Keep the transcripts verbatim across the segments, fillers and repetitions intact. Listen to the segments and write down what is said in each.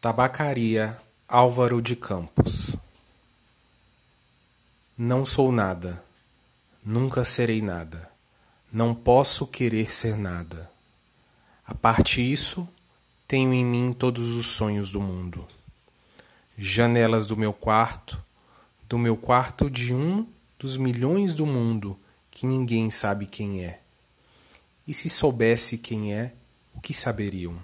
Tabacaria Álvaro de Campos. Não sou nada, nunca serei nada, não posso querer ser nada. A parte isso, tenho em mim todos os sonhos do mundo. Janelas do meu quarto, do meu quarto de um dos milhões do mundo que ninguém sabe quem é. E se soubesse quem é, o que saberiam?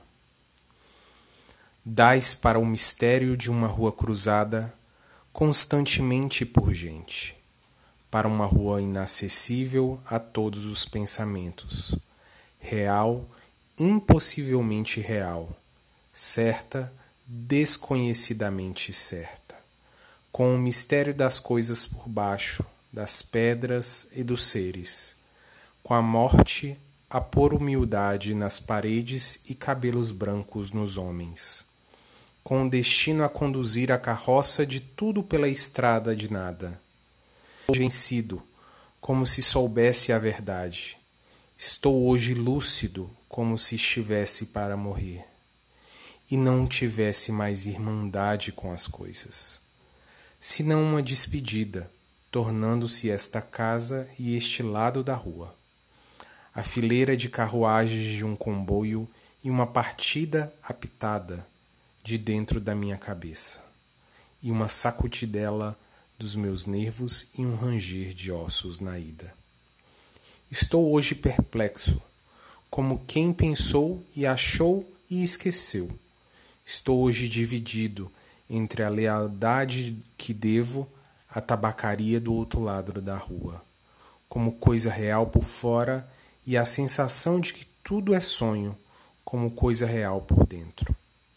Dais para o mistério de uma rua cruzada constantemente por gente, para uma rua inacessível a todos os pensamentos, real, impossivelmente real, certa, desconhecidamente certa, com o mistério das coisas por baixo, das pedras e dos seres, com a morte a pôr humildade nas paredes e cabelos brancos nos homens, com o destino a conduzir a carroça de tudo pela estrada de nada. Vencido, como se soubesse a verdade. Estou hoje lúcido, como se estivesse para morrer. E não tivesse mais irmandade com as coisas. Senão uma despedida, tornando-se esta casa e este lado da rua. A fileira de carruagens de um comboio e uma partida apitada de dentro da minha cabeça, e uma sacudidela dos meus nervos e um ranger de ossos na ida. Estou hoje perplexo, como quem pensou e achou e esqueceu. Estou hoje dividido entre a lealdade que devo à tabacaria do outro lado da rua, como coisa real por fora, e a sensação de que tudo é sonho, como coisa real por dentro.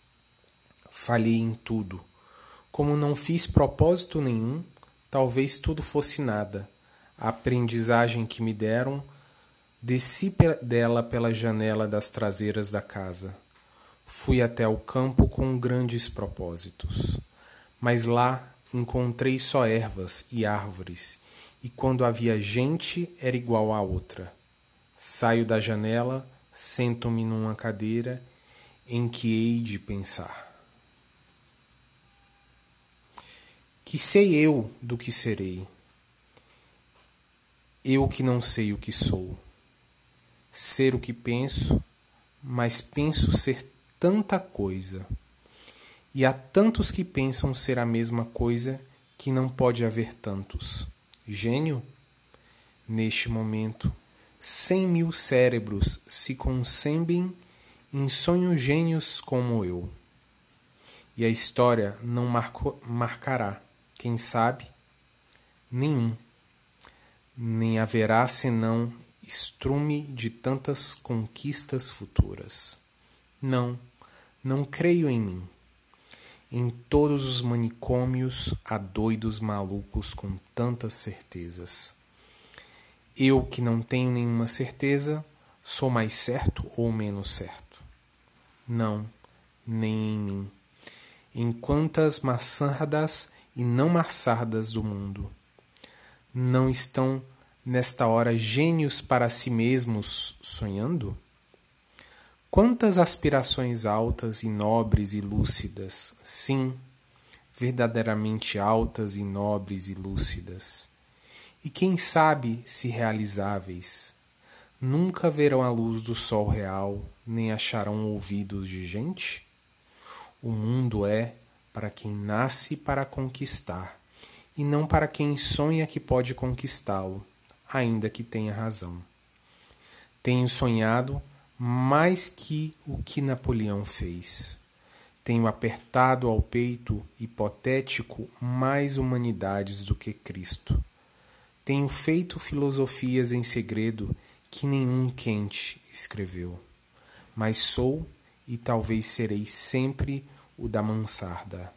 Falhei em tudo. Como não fiz propósito nenhum, talvez tudo fosse nada. A aprendizagem que me deram, desci dela pela janela das traseiras da casa. Fui até o campo com grandes propósitos. Mas lá encontrei só ervas e árvores, e quando havia gente era igual a outra. Saio da janela, sento-me numa cadeira em que hei de pensar. Que sei eu do que serei? Eu que não sei o que sou. Ser o que penso, mas penso ser tanta coisa. E há tantos que pensam ser a mesma coisa que não pode haver tantos. Gênio? Neste momento, cem mil cérebros se concebem em sonhos gênios como eu. E a história não marcou, marcará, quem sabe, nenhum. Nem haverá senão estrume de tantas conquistas futuras. Não, não creio em mim. Em todos os manicômios há doidos malucos com tantas certezas. Eu que não tenho nenhuma certeza, sou mais certo ou menos certo? Não, nem em mim. Em quantas maçardas e não maçardas do mundo não estão nesta hora gênios para si mesmos sonhando? Quantas aspirações altas e nobres e lúcidas, sim, verdadeiramente altas e nobres e lúcidas, e quem sabe se realizáveis, nunca verão a luz do sol real, nem acharão ouvidos de gente? O mundo é para quem nasce para conquistar, e não para quem sonha que pode conquistá-lo, ainda que tenha razão. Tenho sonhado mais que o que Napoleão fez. Tenho apertado ao peito hipotético mais humanidades do que Cristo. Tenho feito filosofias em segredo que nenhum quente escreveu. Mas sou e talvez serei sempre o da mansarda.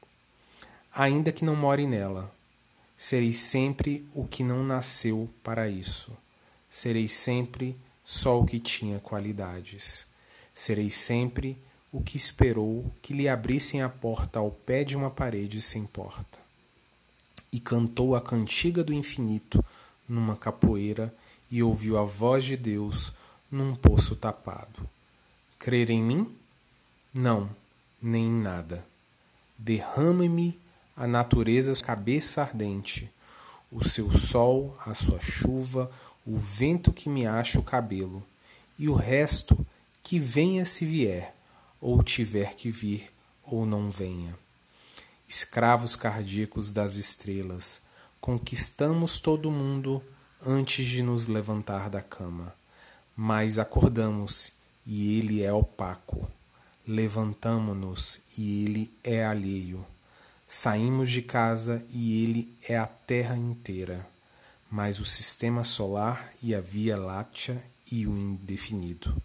Ainda que não more nela, serei sempre o que não nasceu para isso. Serei sempre só o que tinha qualidades. Serei sempre o que esperou que lhe abrissem a porta ao pé de uma parede sem porta. E cantou a cantiga do infinito numa capoeira e ouviu a voz de Deus num poço tapado. Crer em mim? Não, nem em nada. Derrame-me a natureza cabeça ardente, o seu sol, a sua chuva, o vento que me acha o cabelo, e o resto que venha se vier, ou tiver que vir, ou não venha. Escravos cardíacos das estrelas, conquistamos todo mundo antes de nos levantar da cama, mas acordamos e ele é opaco. Levantamo-nos e ele é alheio. Saímos de casa e ele é a terra inteira, mas o sistema solar e a Via Láctea e o indefinido.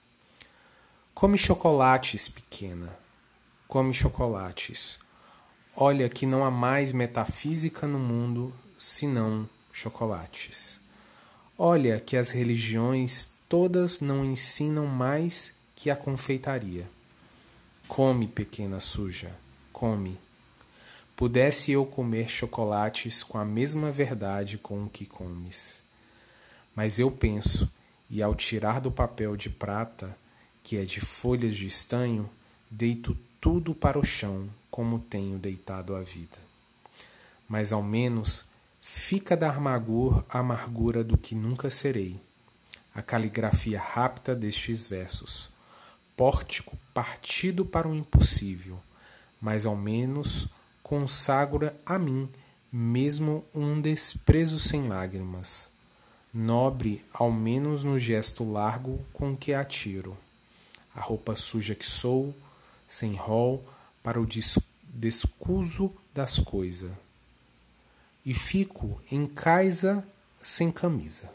Come chocolates, pequena. Come chocolates. Olha que não há mais metafísica no mundo senão chocolates. Olha que as religiões todas não ensinam mais que a confeitaria. Come, pequena suja, come. Pudesse eu comer chocolates com a mesma verdade com o que comes. Mas eu penso, e ao tirar do papel de prata, que é de folhas de estanho, deito tudo para o chão, como tenho deitado a vida. Mas ao menos fica da amargura, amargura do que nunca serei. A caligrafia rápida destes versos. Pórtico partido para o impossível, mas ao menos consagra a mim mesmo um desprezo sem lágrimas. Nobre, ao menos no gesto largo com que atiro. A roupa suja que sou, sem rol, para o descuso das coisas. E fico em casa sem camisa.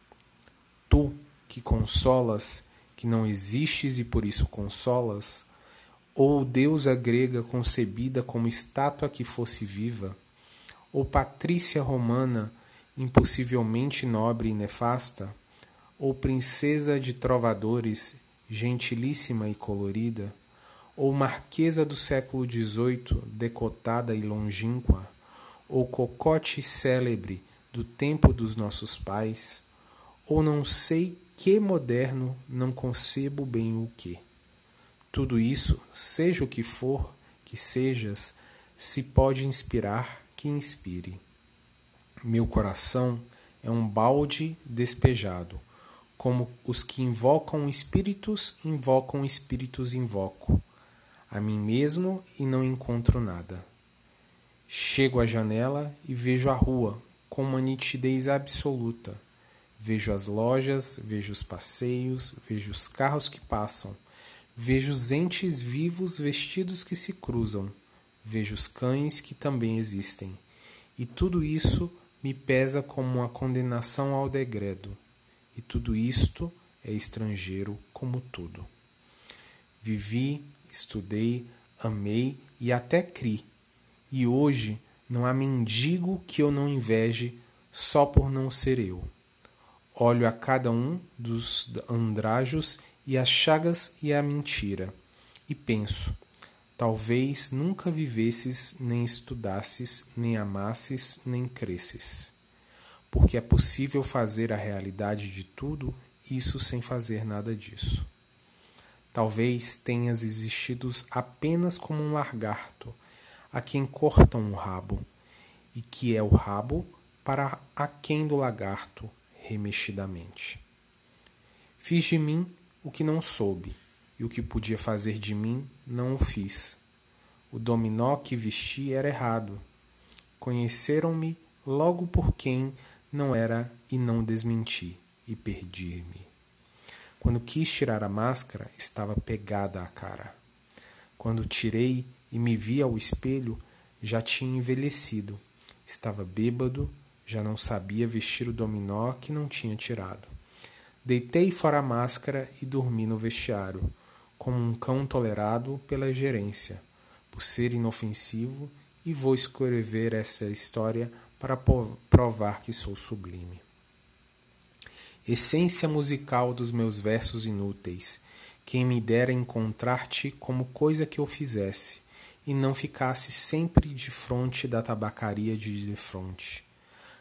Tu, que consolas, que não existes e por isso consolas, ou deusa grega concebida como estátua que fosse viva, ou patrícia romana impossivelmente nobre e nefasta, ou princesa de trovadores gentilíssima e colorida, ou marquesa do século dezoito decotada e longínqua, ou cocote célebre do tempo dos nossos pais, ou não sei que moderno, não concebo bem o que. Tudo isso, seja o que for que sejas, se pode inspirar, que inspire. Meu coração é um balde despejado, como os que invocam espíritos, invocam espíritos invoco. A mim mesmo e não encontro nada. Chego à janela e vejo a rua com uma nitidez absoluta. Vejo as lojas, vejo os passeios, vejo os carros que passam, vejo os entes vivos vestidos que se cruzam, vejo os cães que também existem. E tudo isso me pesa como uma condenação ao degredo. E tudo isto é estrangeiro como tudo. Vivi, estudei, amei e até cri. E hoje não há mendigo que eu não inveje só por não ser eu. Olho a cada um dos andrajos e as chagas e a mentira, e penso, talvez nunca vivesses, nem estudasses, nem amasses, nem cresces. Porque é possível fazer a realidade de tudo isso sem fazer nada disso. Talvez tenhas existido apenas como um lagarto, a quem cortam o rabo, e que é o rabo para aquém do lagarto, remexidamente. Fiz de mim o que não soube, e o que podia fazer de mim não o fiz. O dominó que vesti era errado. Conheceram-me logo por quem não era e não desmenti, e perdi-me. Quando quis tirar a máscara, estava pegada à cara. Quando tirei e me vi ao espelho, já tinha envelhecido. Estava bêbado, já não sabia vestir o dominó que não tinha tirado. Deitei fora a máscara e dormi no vestiário, como um cão tolerado pela gerência, por ser inofensivo, e vou escrever essa história para provar que sou sublime. Essência musical dos meus versos inúteis, quem me dera encontrar-te como coisa que eu fizesse, e não ficasse sempre de fronte da tabacaria de defronte,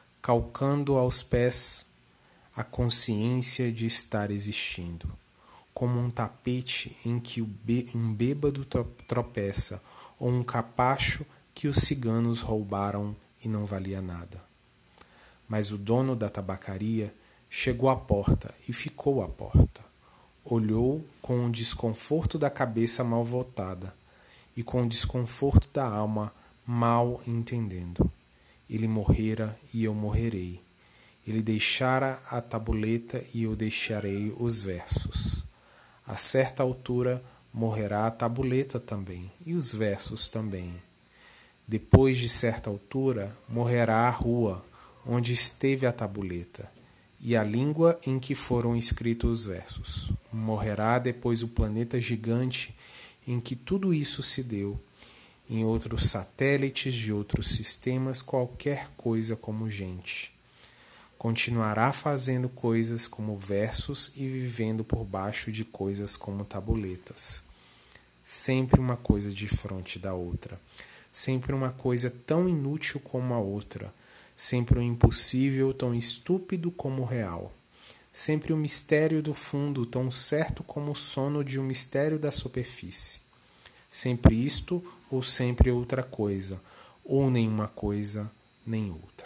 calcando aos pés a consciência de estar existindo, como um tapete em que um bêbado tropeça, ou um capacho que os ciganos roubaram e não valia nada. Mas o dono da tabacaria chegou à porta e ficou à porta. Olhou com o desconforto da cabeça mal voltada e com o desconforto da alma mal entendendo. Ele morrera e eu morrerei. Ele deixara a tabuleta e eu deixarei os versos. A certa altura morrerá a tabuleta também, e os versos também. Depois de certa altura morrerá a rua onde esteve a tabuleta, e a língua em que foram escritos os versos. Morrerá depois o planeta gigante em que tudo isso se deu, em outros satélites de outros sistemas, qualquer coisa como gente. Continuará fazendo coisas como versos e vivendo por baixo de coisas como tabuletas. Sempre uma coisa diferente da outra. Sempre uma coisa tão inútil como a outra. Sempre o impossível tão estúpido como o real. Sempre o mistério do fundo tão certo como o sono de um mistério da superfície. Sempre isto ou sempre outra coisa, ou nenhuma coisa nem outra.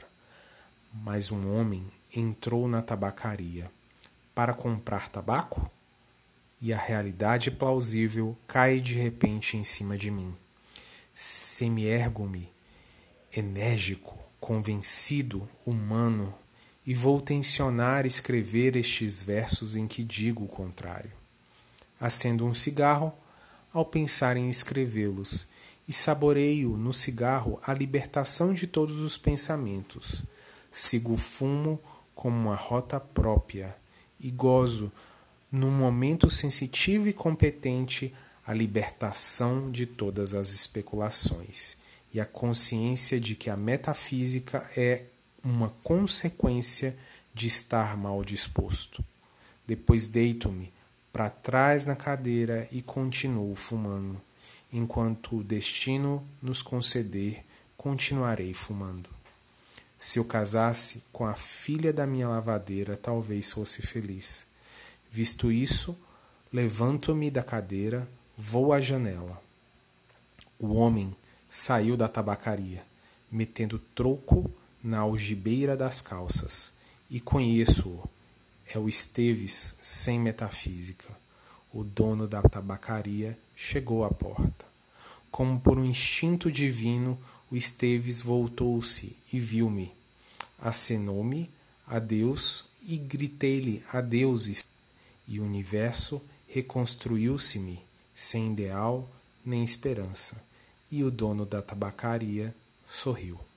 Mas um homem entrou na tabacaria para comprar tabaco, e a realidade plausível cai de repente em cima de mim. Semi-ergo-me, enérgico, convencido, humano, e vou tensionar escrever estes versos em que digo o contrário. Acendo um cigarro ao pensar em escrevê-los, e saboreio no cigarro a libertação de todos os pensamentos. Sigo o fumo como uma rota própria e gozo, num momento sensitivo e competente, a libertação de todas as especulações e a consciência de que a metafísica é uma consequência de estar mal disposto. Depois deito-me para trás na cadeira e continuo fumando. Enquanto o destino nos conceder, continuarei fumando. Se eu casasse com a filha da minha lavadeira, talvez fosse feliz. Visto isso, levanto-me da cadeira, vou à janela. O homem saiu da tabacaria, metendo troco na algibeira das calças, e conheço-o. É o Esteves sem metafísica. O dono da tabacaria chegou à porta. Como por um instinto divino, o Esteves voltou-se e viu-me. Acenou-me adeus e gritei-lhe adeus, e o universo reconstruiu-se-me sem ideal nem esperança, e o dono da tabacaria sorriu.